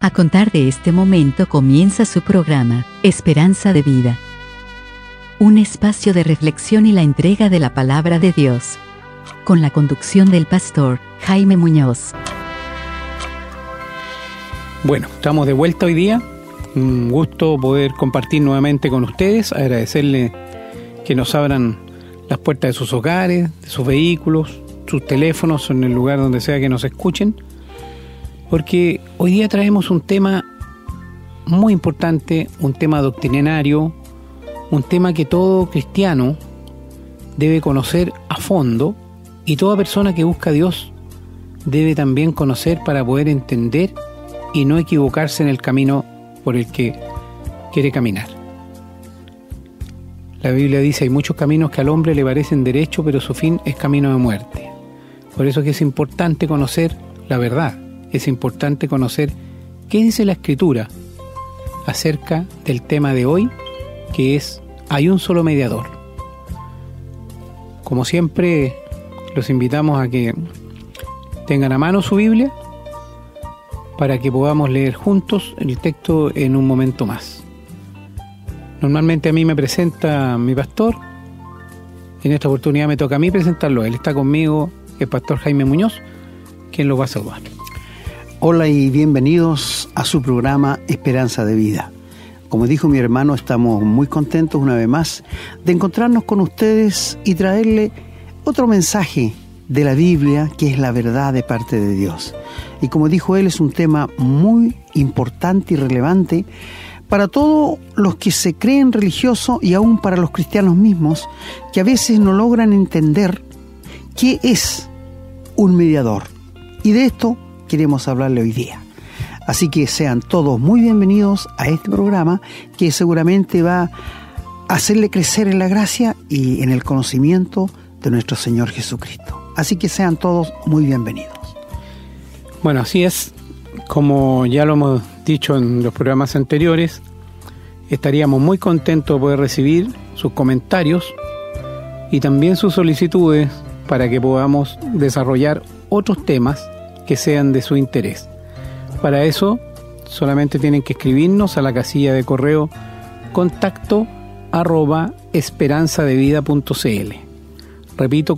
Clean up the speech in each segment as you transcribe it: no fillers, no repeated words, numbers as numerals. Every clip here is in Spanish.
A contar de este momento comienza su programa, Esperanza de Vida. Un espacio de reflexión y la entrega de la palabra de Dios. Con la conducción del pastor Jaime Muñoz. Bueno, estamos de vuelta hoy día. Un gusto poder compartir nuevamente con ustedes. Agradecerle que nos abran las puertas de sus hogares, de sus vehículos, sus teléfonos, en el lugar donde sea que nos escuchen. Porque hoy día traemos un tema muy importante, un tema doctrinario, un tema que todo cristiano debe conocer a fondo y toda persona que busca a Dios debe también conocer para poder entender y no equivocarse en el camino por el que quiere caminar. La Biblia dice: hay muchos caminos que al hombre le parecen derecho, pero su fin es camino de muerte. Por eso que es importante conocer la verdad. Es importante conocer qué dice la Escritura acerca del tema de hoy, que es: hay un solo mediador. Como siempre, los invitamos a que tengan a mano su Biblia para que podamos leer juntos el texto en un momento más. Normalmente a mí me presenta mi pastor. En esta oportunidad me toca a mí presentarlo. Él está conmigo, el pastor Jaime Muñoz, quien lo va a saludar. Hola y bienvenidos a su programa Esperanza de Vida. Como dijo mi hermano, estamos muy contentos una vez más de encontrarnos con ustedes y traerle otro mensaje de la Biblia, que es la verdad de parte de Dios. Y como dijo él, es un tema muy importante y relevante para todos los que se creen religiosos y aún para los cristianos mismos, que a veces no logran entender qué es un mediador. Y de esto queremos hablarle hoy día. Así que sean todos muy bienvenidos a este programa, que seguramente va a hacerle crecer en la gracia y en el conocimiento de nuestro Señor Jesucristo. Así que sean todos muy bienvenidos. Bueno, así es. Como ya lo hemos dicho en los programas anteriores, estaríamos muy contentos de poder recibir sus comentarios y también sus solicitudes para que podamos desarrollar otros temas que sean de su interés. Para eso solamente tienen que escribirnos a la casilla de correo contacto@esperanzadevida.cl. Repito,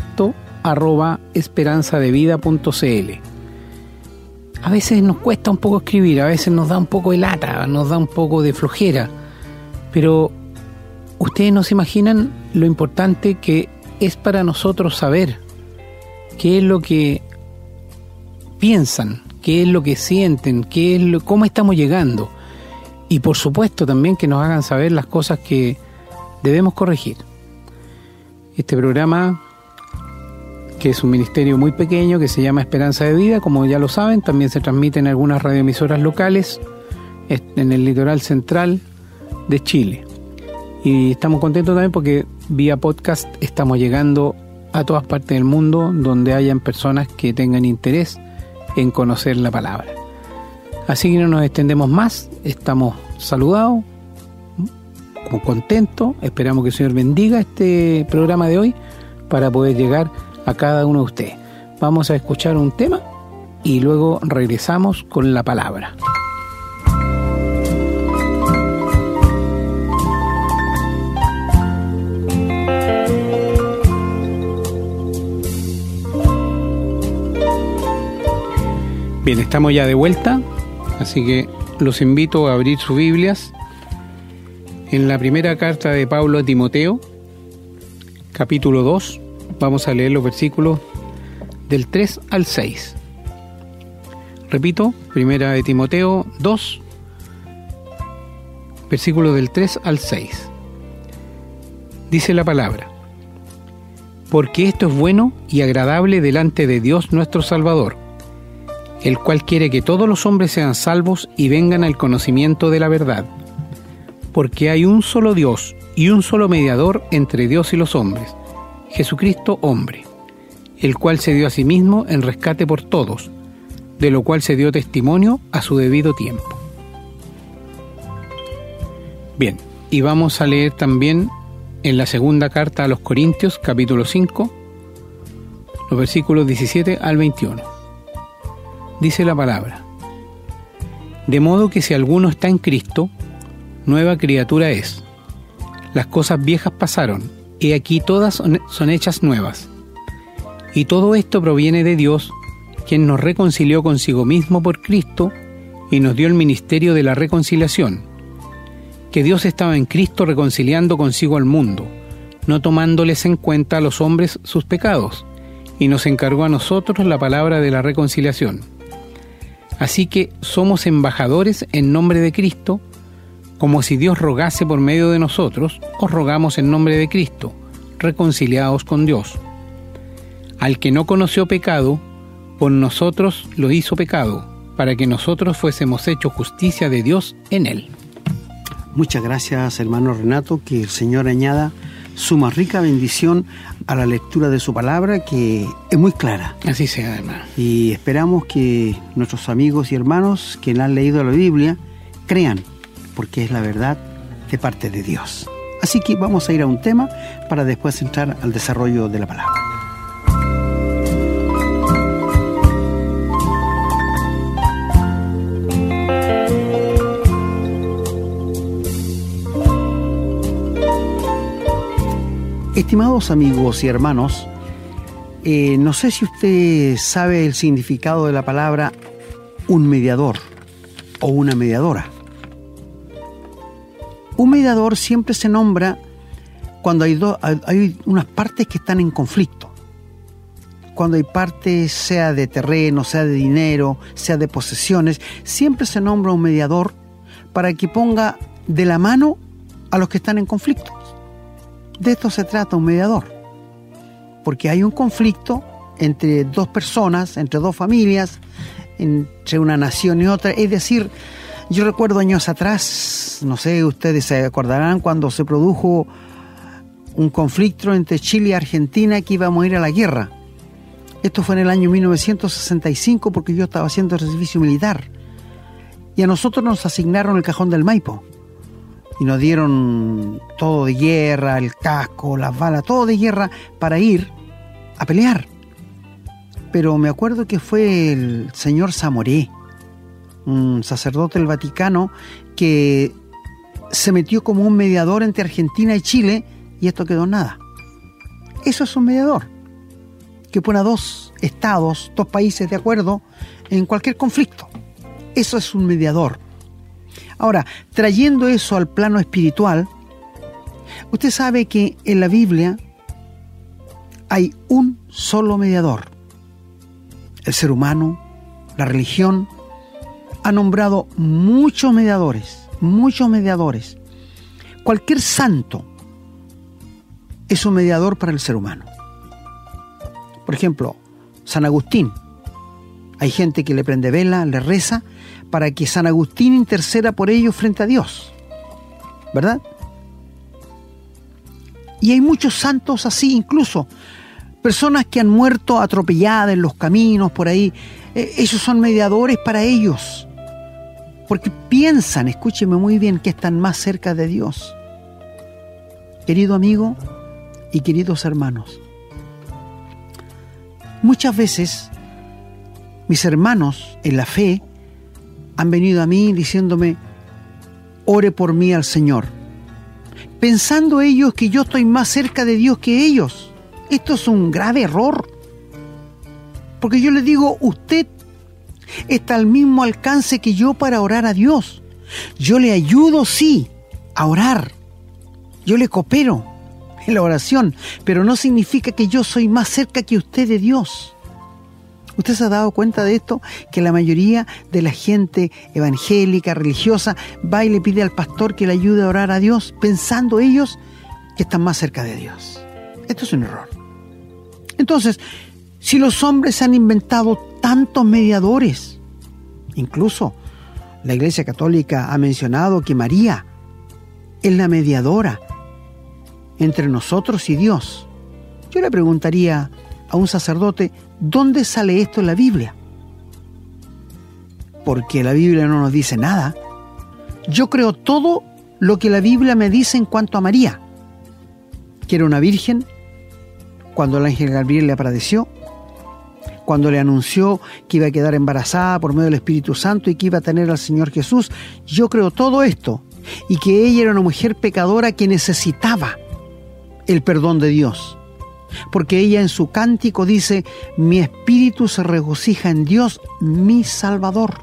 contacto@esperanzadevida.cl. A veces nos cuesta un poco escribir, a veces nos da un poco de lata, nos da un poco de flojera, pero ustedes no se imaginan lo importante que es para nosotros saber qué es lo que piensan, qué es lo que sienten, cómo estamos llegando, y por supuesto también que nos hagan saber las cosas que debemos corregir. Este programa, que es un ministerio muy pequeño que se llama Esperanza de Vida, como ya lo saben, también se transmite en algunas radioemisoras locales en el litoral central de Chile, y estamos contentos también porque vía podcast estamos llegando a todas partes del mundo donde hayan personas que tengan interés en conocer la palabra. Así que no nos extendemos más, estamos saludados, contentos, esperamos que el Señor bendiga este programa de hoy para poder llegar a cada uno de ustedes. Vamos a escuchar un tema y luego regresamos con la palabra. Bien, estamos ya de vuelta, así que los invito a abrir sus Biblias en la primera carta de Pablo a Timoteo, capítulo 2. Vamos a leer los versículos del 3 al 6. Repito, primera de Timoteo 2, versículos del 3 al 6. Dice la palabra: porque esto es bueno y agradable delante de Dios nuestro Salvador, el cual quiere que todos los hombres sean salvos y vengan al conocimiento de la verdad. Porque hay un solo Dios y un solo mediador entre Dios y los hombres, Jesucristo hombre, el cual se dio a sí mismo en rescate por todos, de lo cual se dio testimonio a su debido tiempo. Bien, y vamos a leer también en la segunda carta a los Corintios, capítulo 5, los versículos 17 al 21. Dice la palabra: De modo que si alguno está en Cristo, nueva criatura es. Las cosas viejas pasaron, y aquí todas son hechas nuevas. Y todo esto proviene de Dios, quien nos reconcilió consigo mismo por Cristo y nos dio el ministerio de la reconciliación, que Dios estaba en Cristo reconciliando consigo al mundo, no tomándoles en cuenta a los hombres sus pecados, y nos encargó a nosotros la palabra de la reconciliación. Así que somos embajadores en nombre de Cristo, como si Dios rogase por medio de nosotros, os rogamos en nombre de Cristo, reconciliados con Dios. Al que no conoció pecado, por nosotros lo hizo pecado, para que nosotros fuésemos hechos justicia de Dios en él. Muchas gracias, hermano Renato, que el Señor añada su más rica bendición a la lectura de su palabra, que es muy clara. Así sea, hermano. Y esperamos que nuestros amigos y hermanos que han leído la Biblia crean, porque es la verdad de parte de Dios. Así que vamos a ir a un tema para después entrar al desarrollo de la palabra. Estimados amigos y hermanos, no sé si usted sabe el significado de la palabra un mediador o una mediadora. Un mediador siempre se nombra cuando hay unas partes que están en conflicto. Cuando hay partes, sea de terreno, sea de dinero, sea de posesiones, siempre se nombra un mediador para que ponga de la mano a los que están en conflicto. De esto se trata un mediador, porque hay un conflicto entre dos personas, entre dos familias, entre una nación y otra. Es decir, yo recuerdo años atrás, no sé, ustedes se acordarán cuando se produjo un conflicto entre Chile y Argentina, que íbamos a ir a la guerra. Esto fue en el año 1965, porque yo estaba haciendo el servicio militar, y a nosotros nos asignaron el Cajón del Maipo. Y nos dieron todo de guerra, el casco, las balas, todo de guerra para ir a pelear. Pero me acuerdo que fue el señor Zamoré, un sacerdote del Vaticano, que se metió como un mediador entre Argentina y Chile, y esto quedó en nada. Eso es un mediador, que pone a dos estados, dos países de acuerdo en cualquier conflicto. Eso es un mediador. Ahora, trayendo eso al plano espiritual, usted sabe que en la Biblia hay un solo mediador. El ser humano, la religión, ha nombrado muchos mediadores. Cualquier santo es un mediador para el ser humano. Por ejemplo, San Agustín. Hay gente que le prende vela, le reza, para que San Agustín interceda por ellos frente a Dios, ¿verdad? Y hay muchos santos así, incluso personas que han muerto atropelladas en los caminos por ahí. Ellos son mediadores para ellos, porque piensan, escúcheme muy bien, que están más cerca de Dios. Querido amigo y queridos hermanos, muchas veces mis hermanos en la fe han venido a mí diciéndome: ore por mí al Señor, pensando ellos que yo estoy más cerca de Dios que ellos. Esto es un grave error, porque yo les digo: usted está al mismo alcance que yo para orar a Dios. Yo le ayudo, sí, a orar, yo le coopero en la oración, pero no significa que yo soy más cerca que usted de Dios. ¿Usted se ha dado cuenta de esto? Que la mayoría de la gente evangélica, religiosa, va y le pide al pastor que le ayude a orar a Dios, pensando ellos que están más cerca de Dios. Esto es un error. Entonces, si los hombres han inventado tantos mediadores, incluso la Iglesia Católica ha mencionado que María es la mediadora entre nosotros y Dios, yo le preguntaría a un sacerdote: ¿dónde sale esto en la Biblia? Porque la Biblia no nos dice nada. Yo creo todo lo que la Biblia me dice en cuanto a María, que era una virgen cuando el ángel Gabriel le apareció, cuando le anunció que iba a quedar embarazada por medio del Espíritu Santo y que iba a tener al Señor Jesús. Yo creo todo esto, y que ella era una mujer pecadora que necesitaba el perdón de Dios. Porque ella en su cántico dice: mi espíritu se regocija en Dios, mi Salvador.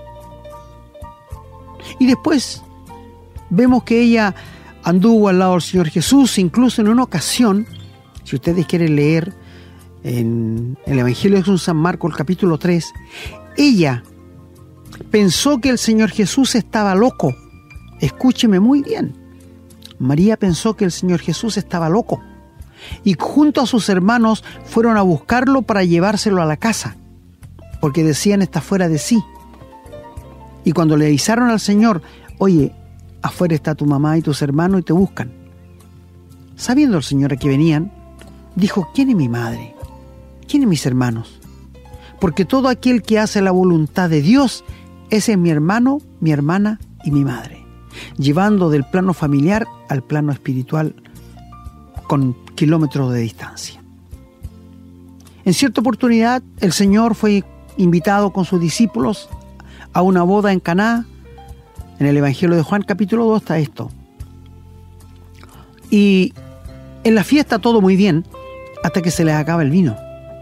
Y después vemos que ella anduvo al lado del Señor Jesús, incluso en una ocasión, si ustedes quieren leer en el Evangelio de San Marcos, el capítulo 3, ella pensó que el Señor Jesús estaba loco. Escúcheme muy bien. María pensó que el Señor Jesús estaba loco, y junto a sus hermanos fueron a buscarlo para llevárselo a la casa, porque decían: está fuera de sí. Y cuando le avisaron al Señor: oye, afuera está tu mamá y tus hermanos y te buscan, sabiendo el Señor a que venían, dijo: ¿quién es mi madre? ¿Quién es mis hermanos? Porque todo aquel que hace la voluntad de Dios, ese es mi hermano, mi hermana y mi madre. Llevando del plano familiar al plano espiritual con kilómetros de distancia. En cierta oportunidad, el Señor fue invitado con sus discípulos a una boda en Caná. En el Evangelio de Juan, capítulo 2, está esto. Y en la fiesta todo muy bien, hasta que se les acaba el vino.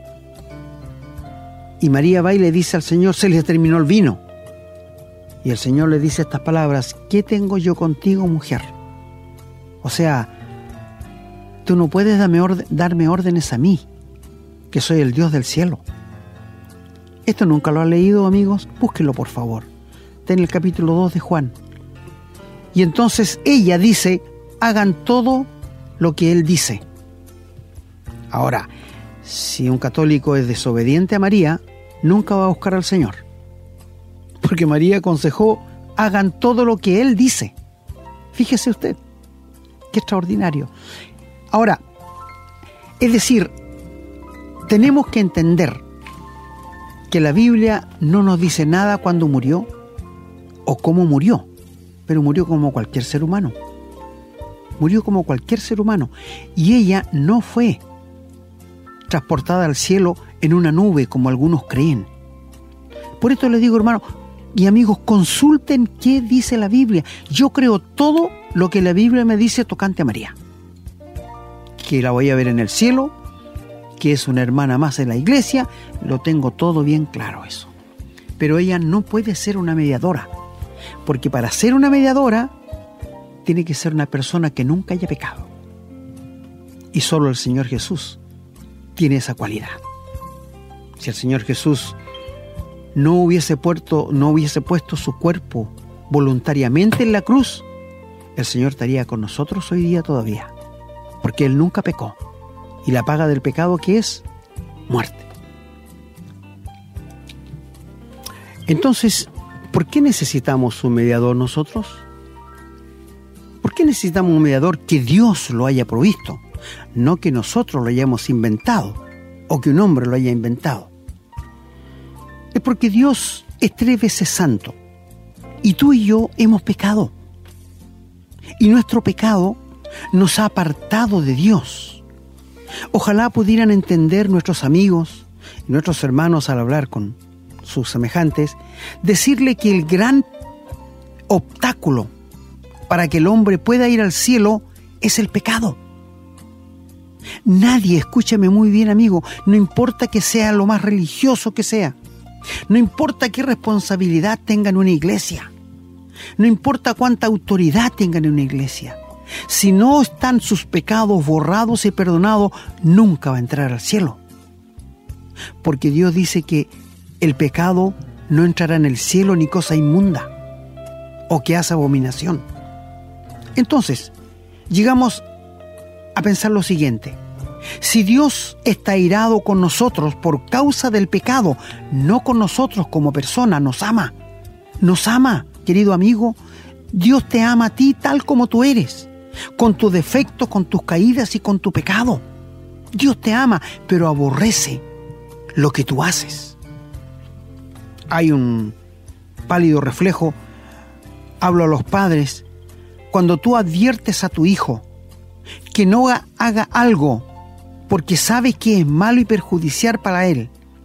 Y María va y le dice al Señor: se les terminó el vino. Y el Señor le dice estas palabras: ¿qué tengo yo contigo, mujer? O sea, tú no puedes darme órdenes a mí, que soy el Dios del cielo. Esto nunca lo han leído, amigos. Búsquenlo, por favor. Está en el capítulo 2 de Juan. Y entonces ella dice: hagan todo lo que Él dice. Ahora, si un católico es desobediente a María, nunca va a buscar al Señor. Porque María aconsejó: hagan todo lo que Él dice. Fíjese usted, qué extraordinario. Ahora, es decir, tenemos que entender que la Biblia no nos dice nada cuándo murió o cómo murió, pero murió como cualquier ser humano. Murió como cualquier ser humano. Y ella no fue transportada al cielo en una nube como algunos creen. Por esto les digo, hermanos y amigos, consulten qué dice la Biblia. Yo creo todo lo que la Biblia me dice tocante a María. Que la voy a ver en el cielo, que es una hermana más en la iglesia, lo tengo todo bien claro eso. Pero ella no puede ser una mediadora, porque para ser una mediadora tiene que ser una persona que nunca haya pecado. Y solo el Señor Jesús tiene esa cualidad. Si el Señor Jesús no hubiese puesto su cuerpo voluntariamente en la cruz, el Señor estaría con nosotros hoy día todavía, porque Él nunca pecó. Y la paga del pecado, ¿qué es? Muerte. Entonces, ¿por qué necesitamos un mediador nosotros? ¿Por qué necesitamos un mediador? Que Dios lo haya provisto, no que nosotros lo hayamos inventado o que un hombre lo haya inventado. Es porque Dios es 3 veces santo y tú y yo hemos pecado. Y nuestro pecado nos ha apartado de Dios. Ojalá pudieran entender nuestros amigos y nuestros hermanos al hablar con sus semejantes, decirle que el gran obstáculo para que el hombre pueda ir al cielo es el pecado. Nadie, escúchame muy bien, amigo, no importa que sea lo más religioso que sea, no importa qué responsabilidad tenga en una iglesia, no importa cuánta autoridad tenga en una iglesia, si no están sus pecados borrados y perdonados, nunca va a entrar al cielo. Porque Dios dice que el pecado no entrará en el cielo ni cosa inmunda o que hace abominación. Entonces, llegamos a pensar lo siguiente: si Dios está airado con nosotros por causa del pecado, no con nosotros como persona, nos ama, querido amigo. Dios te ama a ti tal como tú eres, con tus defectos, con tus caídas y con tu pecado. Dios te ama, pero aborrece lo que tú haces. Hay un pálido reflejo, hablo a los padres, cuando tú adviertes a tu hijo que no haga algo porque sabe que es malo y perjudicial para él,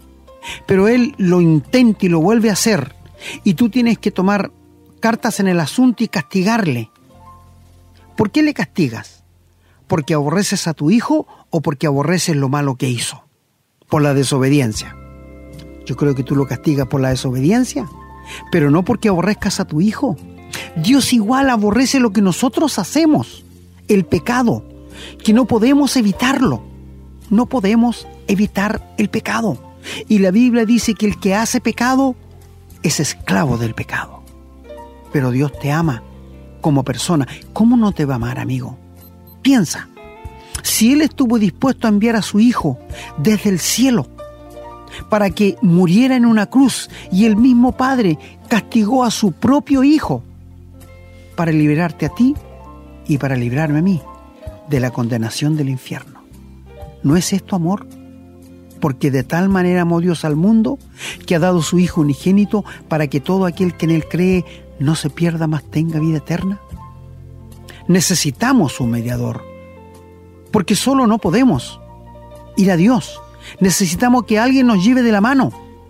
pero él lo intenta y lo vuelve a hacer, y tú tienes que tomar cartas en el asunto y castigarle. ¿Por qué le castigas? ¿Porque aborreces a tu hijo o porque aborreces lo malo que hizo? Por la desobediencia. Yo creo que tú lo castigas por la desobediencia, pero no porque aborrezcas a tu hijo. Dios igual aborrece lo que nosotros hacemos, el pecado, que no podemos evitarlo. No podemos evitar el pecado. Y la Biblia dice que el que hace pecado es esclavo del pecado. Pero Dios te ama como persona. ¿Cómo no te va a amar, amigo? Piensa, si Él estuvo dispuesto a enviar a su Hijo desde el cielo para que muriera en una cruz, y el mismo Padre castigó a su propio Hijo para liberarte a ti y para librarme a mí de la condenación del infierno. ¿No es esto amor? Porque de tal manera amó Dios al mundo que ha dado su Hijo unigénito para que todo aquel que en Él cree no se pierda, mas tenga vida eterna. Necesitamos un mediador, porque solo no podemos ir a Dios. Necesitamos que alguien nos lleve de la mano.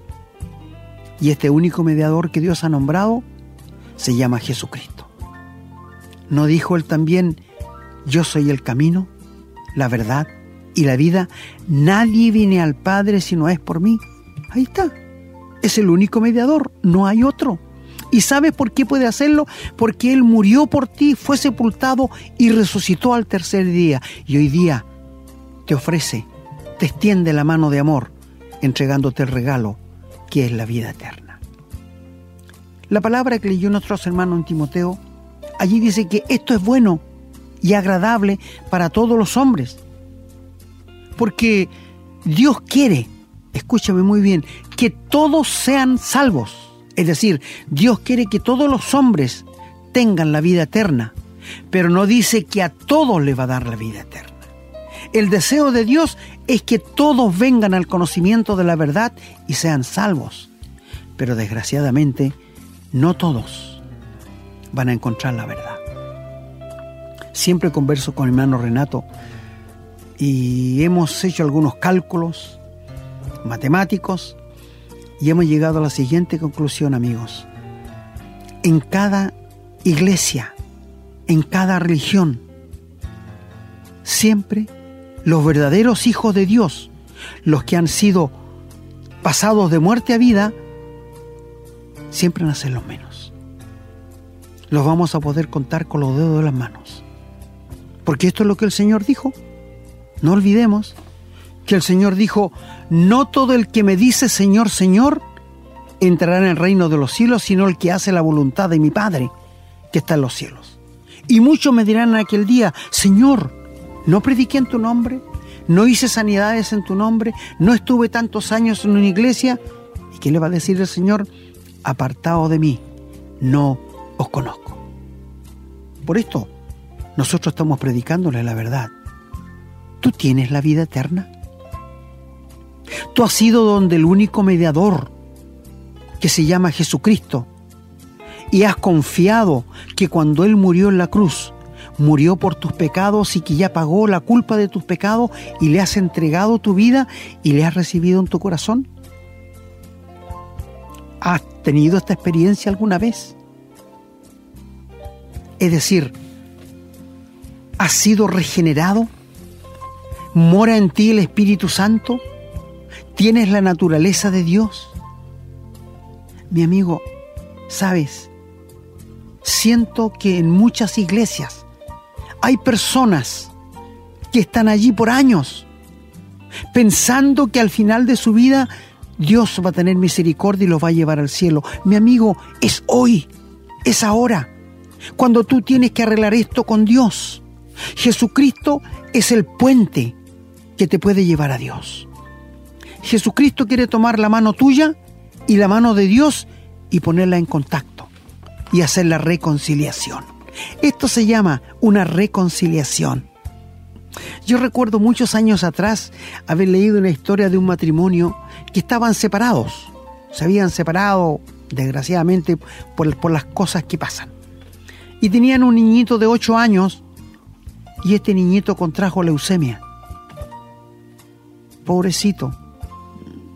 Y este único mediador que Dios ha nombrado se llama Jesucristo. ¿No dijo Él también: yo soy el camino, la verdad y la vida? Nadie viene al Padre si no es por mí. Ahí está. Es el único mediador, no hay otro. ¿Y sabes por qué puede hacerlo? Porque Él murió por ti, fue sepultado y resucitó al tercer día. Y hoy día te ofrece, te extiende la mano de amor, entregándote el regalo que es la vida eterna. La palabra que leyó nuestro hermano en Timoteo, allí dice que esto es bueno y agradable para todos los hombres. Porque Dios quiere, escúchame muy bien, que todos sean salvos. Es decir, Dios quiere que todos los hombres tengan la vida eterna, pero no dice que a todos les va a dar la vida eterna. El deseo de Dios es que todos vengan al conocimiento de la verdad y sean salvos. Pero desgraciadamente, no todos van a encontrar la verdad. Siempre converso con mi hermano Renato y hemos hecho algunos cálculos matemáticos y hemos llegado a la siguiente conclusión, amigos. En cada iglesia, en cada religión, siempre los verdaderos hijos de Dios, los que han sido pasados de muerte a vida, siempre nacen los menos. Los vamos a poder contar con los dedos de las manos. Porque esto es lo que el Señor dijo. No olvidemos que el Señor dijo: no todo el que me dice Señor, Señor, entrará en el reino de los cielos, sino el que hace la voluntad de mi Padre que está en los cielos. Y muchos me dirán en aquel día: Señor, ¿no prediqué en tu nombre? ¿No hice sanidades en tu nombre? ¿No estuve tantos años en una iglesia? ¿Y qué le va a decir el Señor? Apartaos de mí, no os conozco. Por esto, nosotros estamos predicándole la verdad. ¿Tú tienes la vida eterna? Tú has ido donde el único mediador, que se llama Jesucristo, y has confiado que cuando Él murió en la cruz, murió por tus pecados y que ya pagó la culpa de tus pecados, y le has entregado tu vida y le has recibido en tu corazón. ¿Has tenido esta experiencia alguna vez? Es decir, ¿has sido regenerado? ¿Mora en ti el Espíritu Santo? ¿Tienes la naturaleza de Dios? Mi amigo, ¿sabes? Siento que en muchas iglesias hay personas que están allí por años, pensando que al final de su vida Dios va a tener misericordia y los va a llevar al cielo. Mi amigo, es hoy, es ahora, cuando tú tienes que arreglar esto con Dios. Jesucristo es el puente que te puede llevar a Dios. Jesucristo quiere tomar la mano tuya y la mano de Dios y ponerla en contacto y hacer la reconciliación. Esto se llama una reconciliación. Yo recuerdo muchos años atrás haber leído una historia de un matrimonio que estaban separados. Se habían separado, desgraciadamente, por las cosas que pasan. Y tenían un niñito de 8 años y este niñito contrajo leucemia. Pobrecito.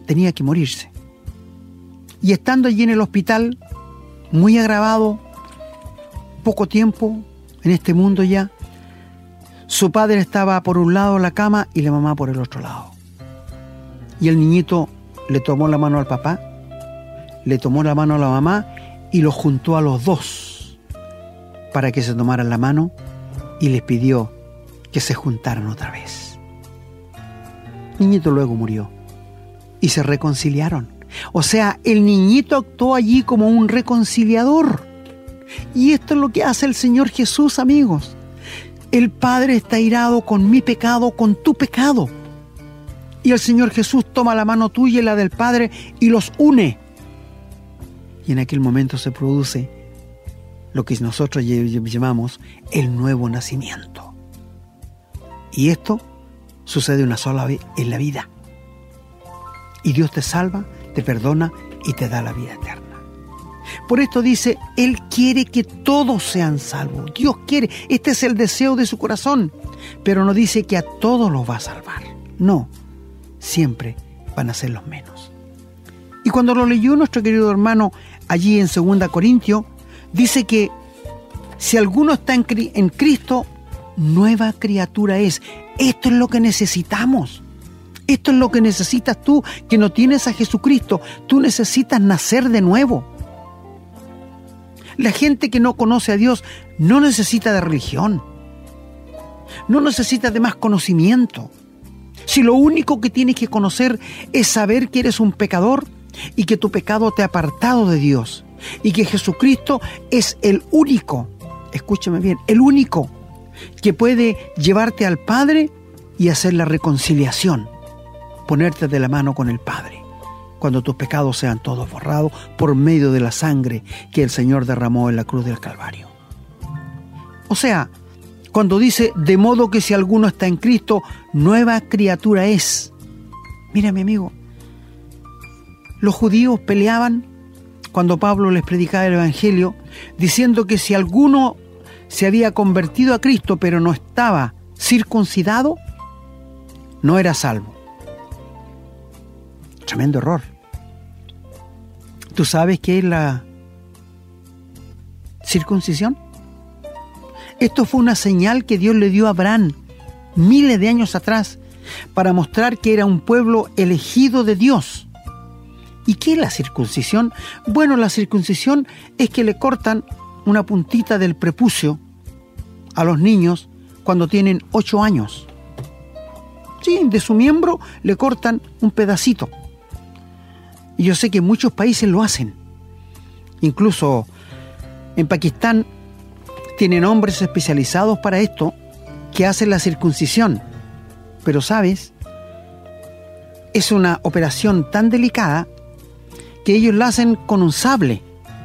tenía que morirse. Y estando allí en el hospital, muy agravado, poco tiempo en este mundo ya, su padre estaba por un lado de la cama y la mamá por el otro lado. Y el niñito le tomó la mano al papá, le tomó la mano a la mamá y los juntó a los dos para que se tomaran la mano y les pidió que se juntaran otra vez. El niñito luego murió y se reconciliaron. O sea, el niñito actuó allí como un reconciliador. Y esto es lo que hace el Señor Jesús, amigos. El Padre está irado con mi pecado, con tu pecado. Y el Señor Jesús toma la mano tuya y la del Padre y los une. Y en aquel momento se produce lo que nosotros llamamos el nuevo nacimiento. Y esto sucede una sola vez en la vida. Y Dios te salva, te perdona y te da la vida eterna. Por esto dice, Él quiere que todos sean salvos. Dios quiere, este es el deseo de su corazón. Pero no dice que a todos los va a salvar. No, siempre van a ser los menos. Y cuando lo leyó nuestro querido hermano allí en 2 Corintios, dice que si alguno está en Cristo, nueva criatura es. Esto es lo que necesitamos. Esto es lo que necesitas tú, que no tienes a Jesucristo. Tú necesitas nacer de nuevo. La gente que no conoce a Dios no necesita de religión. No necesita de más conocimiento. Si lo único que tienes que conocer es saber que eres un pecador y que tu pecado te ha apartado de Dios y que Jesucristo es el único, escúchame bien, el único que puede llevarte al Padre y hacer la reconciliación, ponerte de la mano con el Padre, cuando tus pecados sean todos borrados por medio de la sangre que el Señor derramó en la cruz del Calvario. O sea, cuando dice, de modo que si alguno está en Cristo, nueva criatura es. Mira, mi amigo, los judíos peleaban cuando Pablo les predicaba el Evangelio, diciendo que si alguno se había convertido a Cristo, pero no estaba circuncidado, no era salvo. Tremendo error. ¿Tú sabes qué es la circuncisión? Esto fue una señal que Dios le dio a Abraham miles de años atrás para mostrar que era un pueblo elegido de Dios. ¿Y qué es la circuncisión? Bueno, la circuncisión es que le cortan una puntita del prepucio a los niños cuando tienen 8 años. Sí, de su miembro le cortan un pedacito. Y yo sé que muchos países lo hacen. Incluso en Pakistán tienen hombres especializados para esto que hacen la circuncisión. Pero ¿sabes? Es una operación tan delicada que ellos la hacen con un sable.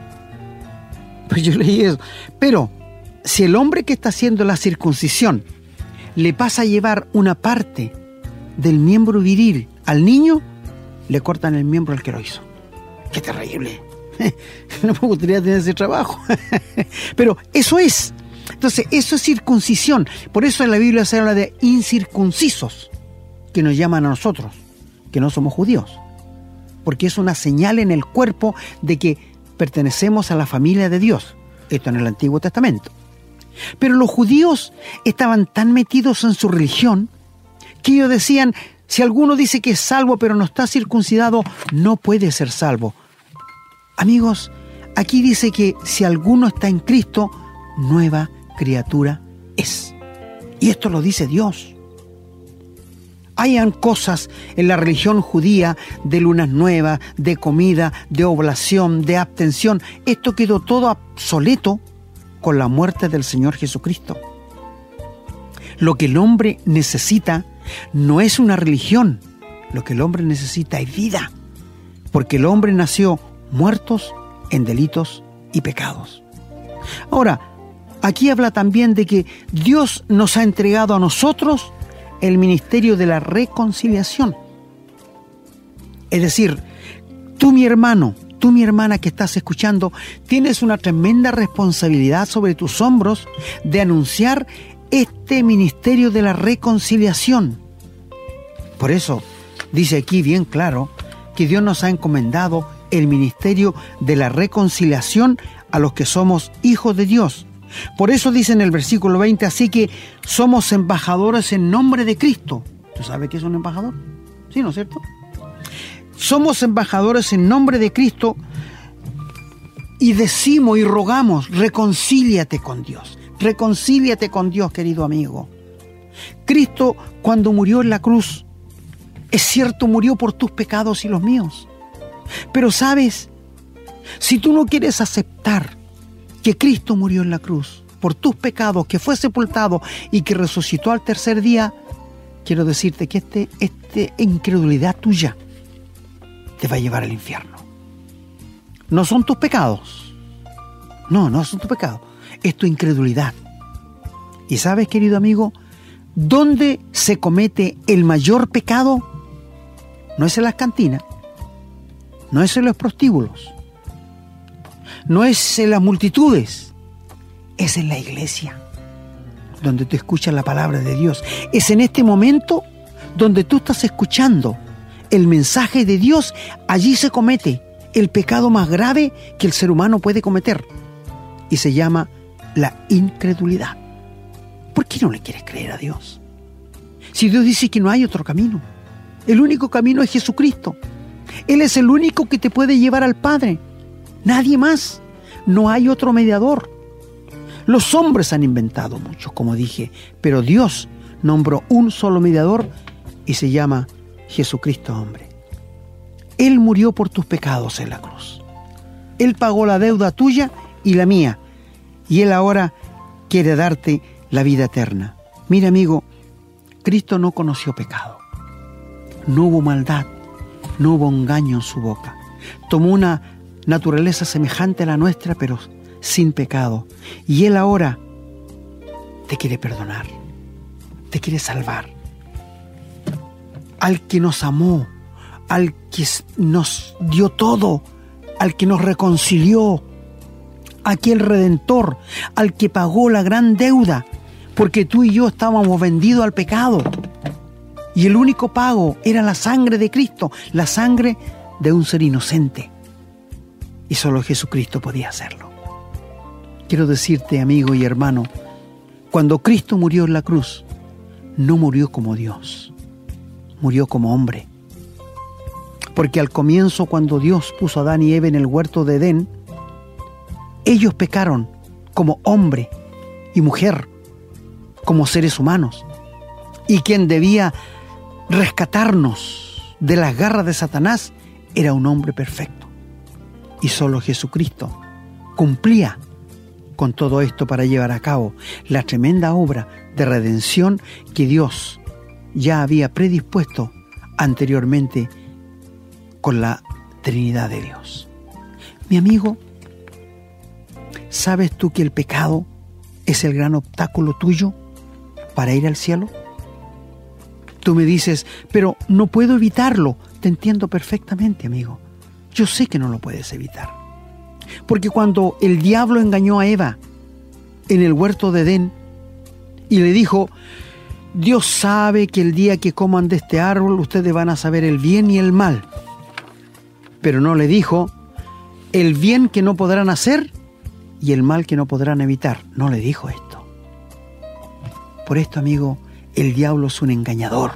Pues yo leí eso. Pero si el hombre que está haciendo la circuncisión le pasa a llevar una parte del miembro viril al niño, le cortan el miembro al que lo hizo. ¡Qué terrible! No me gustaría tener ese trabajo. Pero eso es. Entonces, eso es circuncisión. Por eso en la Biblia se habla de incircuncisos, que nos llaman a nosotros, que no somos judíos. Porque es una señal en el cuerpo de que pertenecemos a la familia de Dios. Esto en el Antiguo Testamento. Pero los judíos estaban tan metidos en su religión que ellos decían, si alguno dice que es salvo pero no está circuncidado, no puede ser salvo. Amigos, aquí dice que si alguno está en Cristo, nueva criatura es. Y esto lo dice Dios. Hayan cosas en la religión judía de lunas nuevas, de comida, de oblación, de abstención. Esto quedó todo obsoleto con la muerte del Señor Jesucristo. Lo que el hombre necesita no es una religión. Lo que el hombre necesita es vida. Porque el hombre nació muertos en delitos y pecados. Ahora, aquí habla también de que Dios nos ha entregado a nosotros el ministerio de la reconciliación. Es decir, tú, mi hermano, tú, mi hermana que estás escuchando, tienes una tremenda responsabilidad sobre tus hombros de anunciar este ministerio de la reconciliación. Por eso dice aquí bien claro que Dios nos ha encomendado el ministerio de la reconciliación a los que somos hijos de Dios. Por eso dice en el versículo 20, así que somos embajadores en nombre de Cristo. ¿Tú sabes qué es un embajador? Sí, ¿no es cierto? Somos embajadores en nombre de Cristo y decimos y rogamos, reconcíliate con Dios. Reconcíliate con Dios, querido amigo. Cristo, cuando murió en la cruz, es cierto, murió por tus pecados y los míos. Pero sabes, si tú no quieres aceptar que Cristo murió en la cruz por tus pecados, que fue sepultado y que resucitó al tercer día, quiero decirte que esta incredulidad tuya te va a llevar al infierno. No son tus pecados. No son tus pecados. Es tu incredulidad. Y sabes, querido amigo, ¿dónde se comete el mayor pecado? No es en las cantinas, no es en los prostíbulos, no es en las multitudes, es en la iglesia, donde tú escuchas la palabra de Dios. Es en este momento donde tú estás escuchando el mensaje de Dios. Allí se comete el pecado más grave que el ser humano puede cometer, y se llama la incredulidad. ¿Por qué no le quieres creer a Dios? Si Dios dice que no hay otro camino, el único camino es Jesucristo. Él es el único que te puede llevar al Padre, nadie más. No hay otro mediador. Los hombres han inventado muchos, como dije, pero Dios nombró un solo mediador y se llama Jesucristo hombre. Él murió por tus pecados en la cruz. Él pagó la deuda tuya y la mía, y Él ahora quiere darte la vida eterna. Mira, amigo, Cristo no conoció pecado. No hubo maldad, no hubo engaño en su boca. Tomó una naturaleza semejante a la nuestra, pero sin pecado. Y Él ahora te quiere perdonar, te quiere salvar. Al que nos amó, al que nos dio todo, al que nos reconcilió, aquel Redentor, al que pagó la gran deuda, porque tú y yo estábamos vendidos al pecado. Y el único pago era la sangre de Cristo, la sangre de un ser inocente. Y solo Jesucristo podía hacerlo. Quiero decirte, amigo y hermano, cuando Cristo murió en la cruz, no murió como Dios, murió como hombre. Porque al comienzo, cuando Dios puso a Adán y Eva en el huerto de Edén, ellos pecaron como hombre y mujer, como seres humanos. Y quien debía rescatarnos de las garras de Satanás era un hombre perfecto. Y solo Jesucristo cumplía con todo esto para llevar a cabo la tremenda obra de redención que Dios ya había predispuesto anteriormente con la Trinidad de Dios. Mi amigo, ¿sabes tú que el pecado es el gran obstáculo tuyo para ir al cielo? Tú me dices, pero no puedo evitarlo. Te entiendo perfectamente, amigo. Yo sé que no lo puedes evitar. Porque cuando el diablo engañó a Eva en el huerto de Edén y le dijo, Dios sabe que el día que coman de este árbol ustedes van a saber el bien y el mal. Pero no le dijo el bien que no podrán hacer y el mal que no podrán evitar. No le dijo esto. Por esto, amigo, el diablo es un engañador.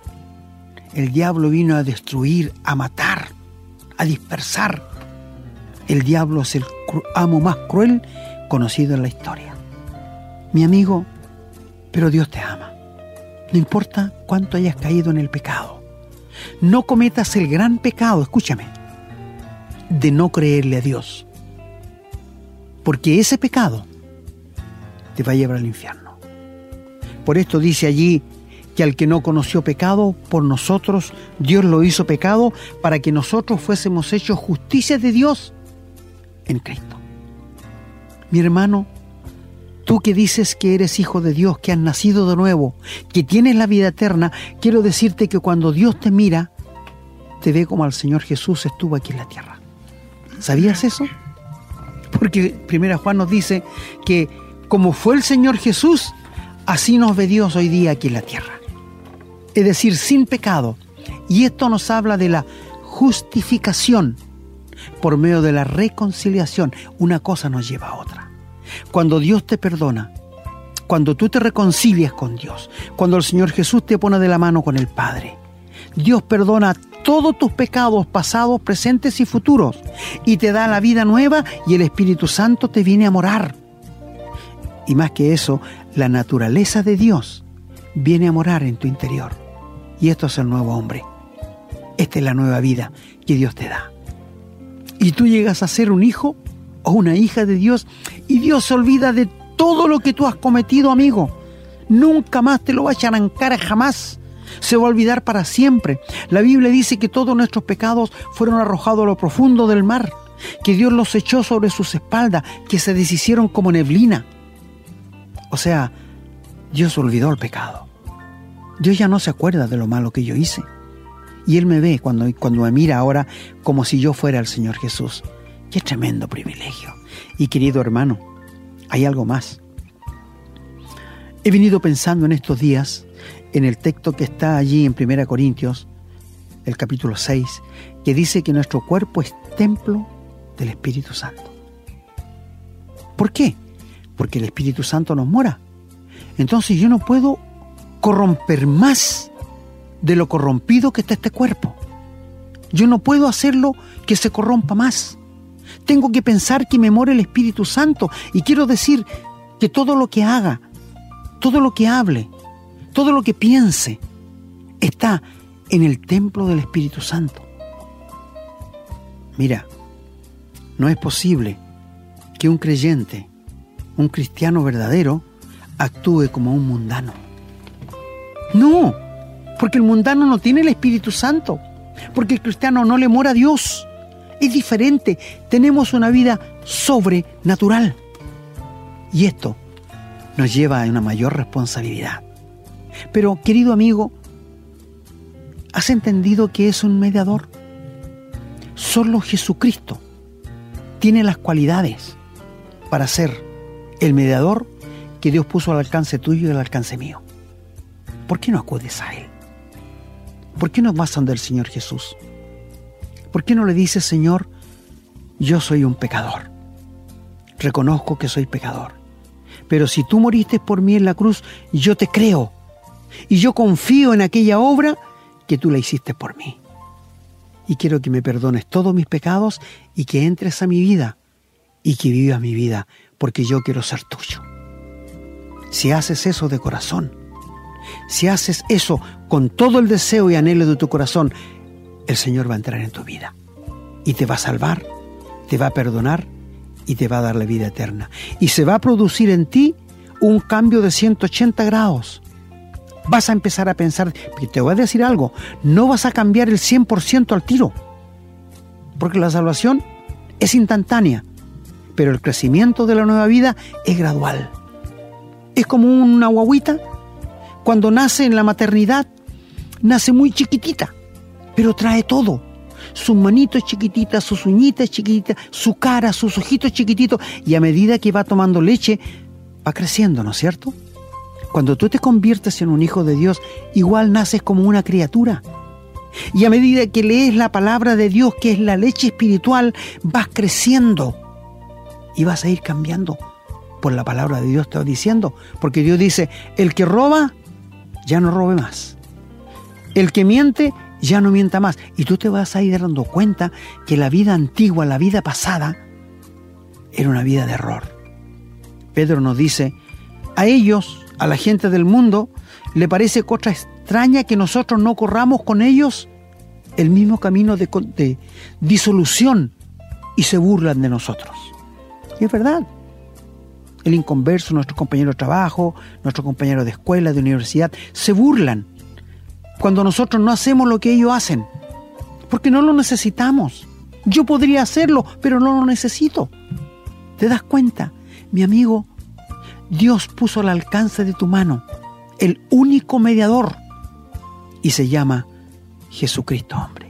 El diablo vino a destruir, a matar, a dispersar. El diablo es el amo más cruel conocido en la historia. Mi amigo, pero Dios te ama. No importa cuánto hayas caído en el pecado. No cometas el gran pecado, escúchame, de no creerle a Dios. Porque ese pecado te va a llevar al infierno. Por esto dice allí que al que no conoció pecado, por nosotros Dios lo hizo pecado para que nosotros fuésemos hechos justicia de Dios en Cristo. Mi hermano, tú que dices que eres hijo de Dios, que has nacido de nuevo, que tienes la vida eterna, quiero decirte que cuando Dios te mira, te ve como al Señor Jesús estuvo aquí en la tierra. ¿Sabías eso? Porque 1 Juan nos dice que como fue el Señor Jesús, así nos ve Dios hoy día aquí en la tierra. Es decir, sin pecado. Y esto nos habla de la justificación por medio de la reconciliación. Una cosa nos lleva a otra. Cuando Dios te perdona, cuando tú te reconcilias con Dios, cuando el Señor Jesús te pone de la mano con el Padre, Dios perdona todos tus pecados pasados, presentes y futuros, y te da la vida nueva, y el Espíritu Santo te viene a morar. Y más que eso, la naturaleza de Dios viene a morar en tu interior. Y esto es el nuevo hombre. Esta es la nueva vida que Dios te da. Y tú llegas a ser un hijo o una hija de Dios, y Dios se olvida de todo lo que tú has cometido, amigo. Nunca más te lo va a echar en cara, jamás. Se va a olvidar para siempre. La Biblia dice que todos nuestros pecados fueron arrojados a lo profundo del mar, que Dios los echó sobre sus espaldas, que se deshicieron como neblina. O sea, Dios olvidó el pecado. Dios ya no se acuerda de lo malo que yo hice. Y Él me ve cuando me mira ahora como si yo fuera el Señor Jesús. ¡Qué tremendo privilegio! Y querido hermano, hay algo más. He venido pensando en estos días en el texto que está allí en 1 Corintios, el capítulo 6, que dice que nuestro cuerpo es templo del Espíritu Santo. ¿Por qué? Porque el Espíritu Santo nos mora. Entonces yo no puedo corromper más de lo corrompido que está este cuerpo. Yo no puedo hacerlo que se corrompa más. Tengo que pensar que me mora el Espíritu Santo. Y quiero decir que todo lo que haga, todo lo que hable, todo lo que piense, está en el templo del Espíritu Santo. Mira, no es posible que un creyente, un cristiano verdadero, actúe como un mundano. No, porque el mundano no tiene el Espíritu Santo, porque el cristiano no le mora a Dios. Es diferente, tenemos una vida sobrenatural. Y esto nos lleva a una mayor responsabilidad. Pero, querido amigo, ¿has entendido que es un mediador? Solo Jesucristo tiene las cualidades para ser el mediador que Dios puso al alcance tuyo y al alcance mío. ¿Por qué no acudes a Él? ¿Por qué no vas donde el Señor Jesús? ¿Por qué no le dices, Señor, yo soy un pecador? Reconozco que soy pecador. Pero si tú moriste por mí en la cruz, yo te creo. Y yo confío en aquella obra que tú la hiciste por mí. Y quiero que me perdones todos mis pecados y que entres a mi vida y que vivas mi vida, porque yo quiero ser tuyo. Si haces eso de corazón, si haces eso con todo el deseo y anhelo de tu corazón, el Señor va a entrar en tu vida y te va a salvar, te va a perdonar y te va a dar la vida eterna. Y se va a producir en ti un cambio de 180 grados. Vas a empezar a pensar, y te voy a decir algo, no vas a cambiar el 100% al tiro, porque la salvación es instantánea, pero el crecimiento de la nueva vida es gradual. Es como una guagüita, cuando nace en la maternidad, nace muy chiquitita, pero trae todo. Sus manitos chiquititas, sus uñitas chiquititas, su cara, sus ojitos chiquititos, y a medida que va tomando leche, va creciendo, ¿no es cierto? Cuando tú te conviertes en un hijo de Dios, igual naces como una criatura. Y a medida que lees la palabra de Dios, que es la leche espiritual, vas creciendo y vas a ir cambiando por la palabra de Dios, te va diciendo. Porque Dios dice, el que roba, ya no robe más. El que miente, ya no mienta más. Y tú te vas a ir dando cuenta que la vida antigua, la vida pasada, era una vida de error. Pedro nos dice, a ellos, a la gente del mundo, le parece cosa extraña que nosotros no corramos con ellos el mismo camino de disolución y se burlan de nosotros. Y es verdad. El inconverso, nuestro compañero de trabajo, nuestro compañero de escuela, de universidad, se burlan cuando nosotros no hacemos lo que ellos hacen, porque no lo necesitamos. Yo podría hacerlo, pero no lo necesito. ¿Te das cuenta, mi amigo? Dios puso al alcance de tu mano el único mediador y se llama Jesucristo, hombre.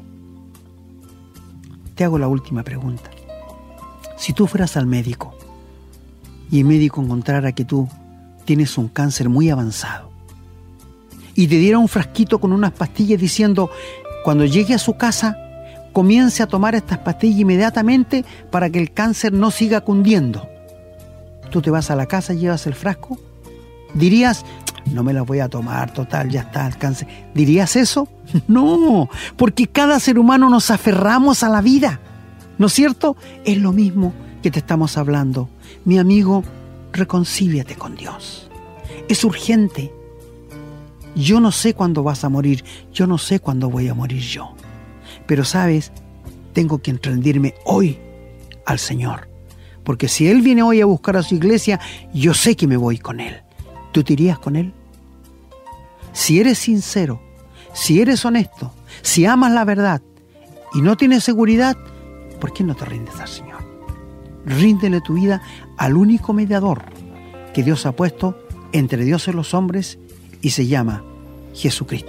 Te hago la última pregunta. Si tú fueras al médico y el médico encontrara que tú tienes un cáncer muy avanzado y te diera un frasquito con unas pastillas diciendo, cuando llegue a su casa, comience a tomar estas pastillas inmediatamente para que el cáncer no siga cundiendo. Tú te vas a la casa, llevas el frasco, dirías, no me las voy a tomar, total, ya está el cáncer. ¿Dirías eso? No, porque cada ser humano nos aferramos a la vida, ¿no es cierto? Es lo mismo que te estamos hablando. Mi amigo, reconcíliate con Dios. Es urgente. Yo no sé cuándo vas a morir, yo no sé cuándo voy a morir yo. Pero sabes, tengo que rendirme hoy al Señor. Porque si Él viene hoy a buscar a su iglesia, yo sé que me voy con Él. ¿Tú te irías con Él? Si eres sincero, si eres honesto, si amas la verdad y no tienes seguridad, ¿por qué no te rindes al Señor? Ríndele tu vida al único mediador que Dios ha puesto entre Dios y los hombres y se llama Jesucristo.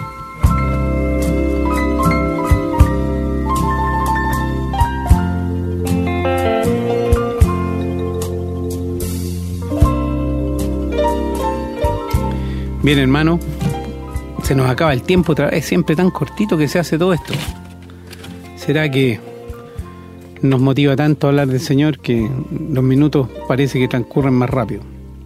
Bien, hermano, se nos acaba el tiempo otra vez, siempre tan cortito que se hace todo esto. ¿Será que nos motiva tanto hablar del Señor que los minutos parece que transcurren más rápido?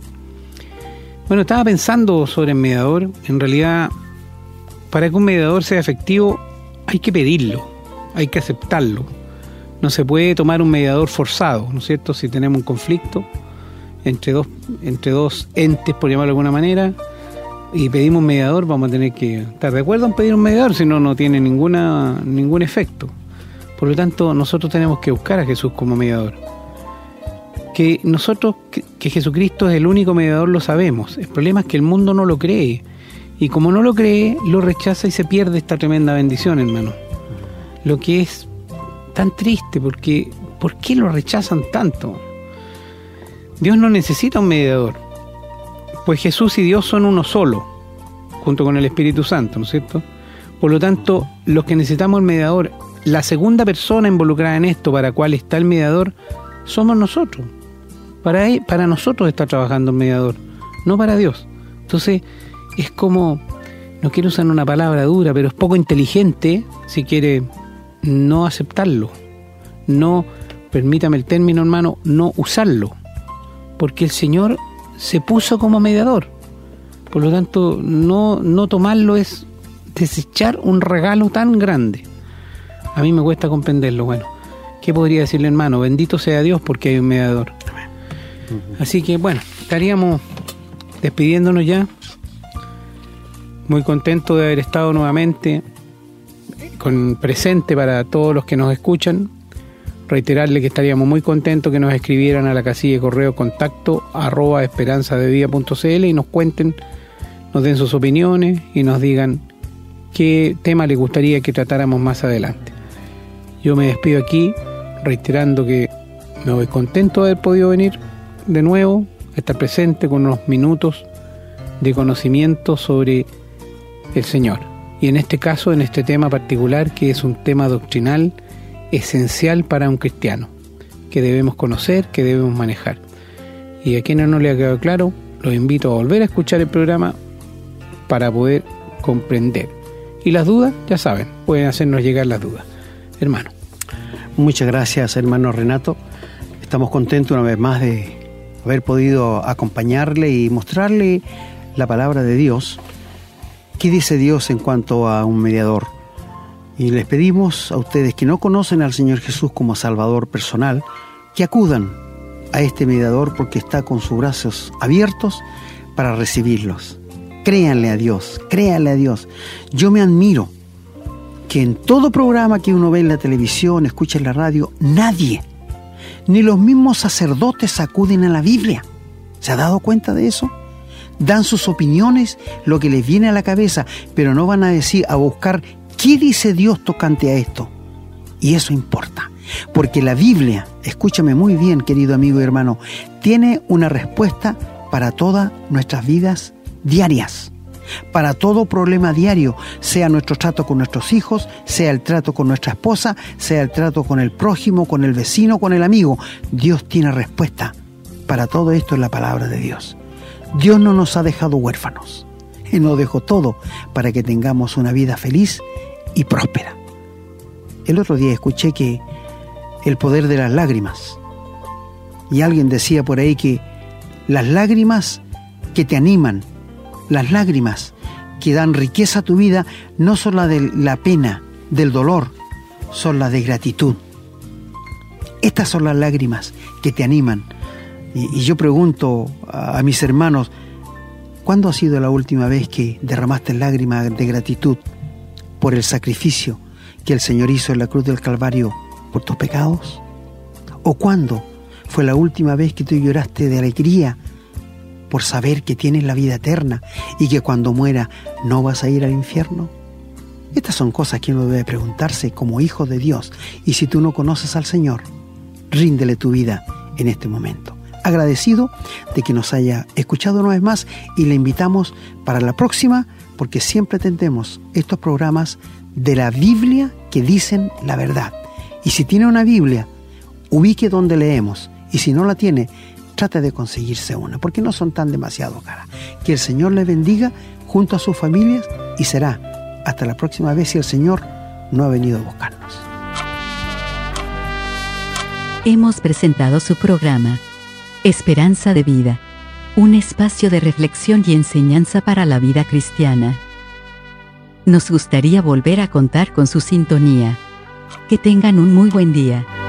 Bueno, estaba pensando sobre el mediador. En realidad, para que un mediador sea efectivo, hay que pedirlo, hay que aceptarlo. No se puede tomar un mediador forzado, ¿no es cierto? Si tenemos un conflicto entre dos entes, por llamarlo de alguna manera, y pedimos un mediador, vamos a tener que estar de acuerdo en pedir un mediador, si no, no tiene ningún efecto. Por lo tanto, nosotros tenemos que buscar a Jesús como mediador. Que Jesucristo es el único mediador lo sabemos. El problema es que el mundo no lo cree. Y como no lo cree, lo rechaza y se pierde esta tremenda bendición, hermano. Lo que es tan triste, porque ¿por qué lo rechazan tanto? Dios no necesita un mediador. Pues Jesús y Dios son uno solo, junto con el Espíritu Santo, ¿no es cierto? Por lo tanto, los que necesitamos el mediador, la segunda persona involucrada en esto, para cual está el mediador, somos nosotros. Para nosotros está trabajando el mediador, no para Dios. Entonces, es como, no quiero usar una palabra dura, pero es poco inteligente, si quiere, no aceptarlo. No, permítame el término, hermano, no usarlo. Porque el Señor se puso como mediador. Por lo tanto, no tomarlo es desechar un regalo tan grande. A mí me cuesta comprenderlo. Bueno, ¿qué podría decirle, hermano? Bendito sea Dios porque hay un mediador. Así que, bueno, estaríamos despidiéndonos ya. Muy contento de haber estado nuevamente presente para todos los que nos escuchan. Reiterarle que estaríamos muy contentos que nos escribieran a la casilla de correo contacto@esperanzadevida.cl y nos cuenten, nos den sus opiniones y nos digan qué tema les gustaría que tratáramos más adelante. Yo me despido aquí reiterando que me voy contento de haber podido venir de nuevo, estar presente con unos minutos de conocimiento sobre el Señor. Y en este caso, en este tema particular, que es un tema doctrinal esencial para un cristiano, que debemos conocer, que debemos manejar. Y a quienes no le ha quedado claro, los invito a volver a escuchar el programa para poder comprender. Y las dudas, ya saben, pueden hacernos llegar las dudas. Hermano. Muchas gracias, hermano Renato. Estamos contentos una vez más de haber podido acompañarle y mostrarle la palabra de Dios. ¿Qué dice Dios en cuanto a un mediador? Y les pedimos a ustedes que no conocen al Señor Jesús como Salvador personal, que acudan a este mediador porque está con sus brazos abiertos para recibirlos. Créanle a Dios, créanle a Dios. Yo me admiro que en todo programa que uno ve en la televisión, escucha en la radio, nadie, ni los mismos sacerdotes acuden a la Biblia. ¿Se ha dado cuenta de eso? Dan sus opiniones, lo que les viene a la cabeza, pero no van a decir, a buscar ¿qué dice Dios tocante a esto? Y eso importa, porque la Biblia, escúchame muy bien, querido amigo y hermano, tiene una respuesta para todas nuestras vidas diarias, para todo problema diario, sea nuestro trato con nuestros hijos, sea el trato con nuestra esposa, sea el trato con el prójimo, con el vecino, con el amigo. Dios tiene respuesta para todo esto en la palabra de Dios. Dios no nos ha dejado huérfanos. Él nos dejó todo para que tengamos una vida feliz y próspera. El otro día escuché que el poder de las lágrimas. Y alguien decía por ahí que las lágrimas que te animan, las lágrimas que dan riqueza a tu vida, no son las de la pena, del dolor, son las de gratitud. Estas son las lágrimas que te animan. Y yo pregunto a mis hermanos, ¿cuándo ha sido la última vez que derramaste lágrimas de gratitud por el sacrificio que el Señor hizo en la cruz del Calvario por tus pecados? ¿O cuándo fue la última vez que tú lloraste de alegría por saber que tienes la vida eterna y que cuando muera no vas a ir al infierno? Estas son cosas que uno debe preguntarse como hijo de Dios. Y si tú no conoces al Señor, ríndele tu vida en este momento. Agradecido de que nos haya escuchado una vez más, y le invitamos para la próxima, porque siempre tendremos estos programas de la Biblia que dicen la verdad. Y si tiene una Biblia, ubique donde leemos, y si no la tiene, trate de conseguirse una, porque no son tan demasiado caras. Que el Señor le bendiga junto a sus familias, y será hasta la próxima vez si el Señor no ha venido a buscarnos. Hemos presentado su programa Esperanza de Vida, un espacio de reflexión y enseñanza para la vida cristiana. Nos gustaría volver a contar con su sintonía. Que tengan un muy buen día.